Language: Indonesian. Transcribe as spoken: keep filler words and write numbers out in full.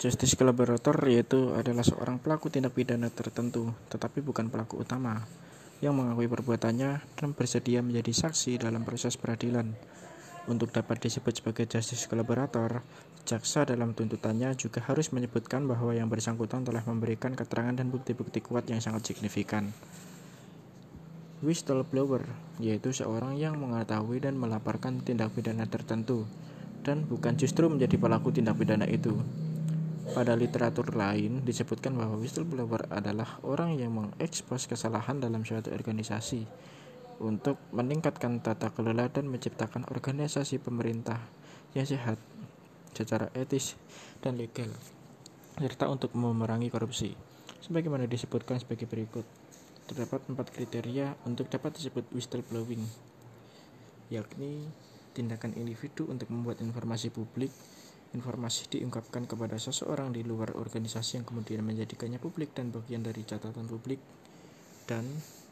Justice collaborator yaitu adalah seorang pelaku tindak pidana tertentu, tetapi bukan pelaku utama, yang mengakui perbuatannya dan bersedia menjadi saksi dalam proses peradilan. Untuk dapat disebut sebagai justice collaborator, jaksa dalam tuntutannya juga harus menyebutkan bahwa yang bersangkutan telah memberikan keterangan dan bukti-bukti kuat yang sangat signifikan. Whistleblower yaitu seorang yang mengetahui dan melaporkan tindak pidana tertentu, dan bukan justru menjadi pelaku tindak pidana itu. Pada literatur lain disebutkan bahwa whistleblower adalah orang yang mengekspos kesalahan dalam suatu organisasi untuk meningkatkan tata kelola dan menciptakan organisasi pemerintah yang sehat secara etis dan legal, serta untuk memerangi korupsi. Sebagaimana disebutkan sebagai berikut. Terdapat empat kriteria untuk dapat disebut whistleblowing, yakni tindakan individu untuk membuat informasi publik. Informasi diungkapkan kepada seseorang di luar organisasi yang kemudian menjadikannya publik dan bagian dari catatan publik. Dan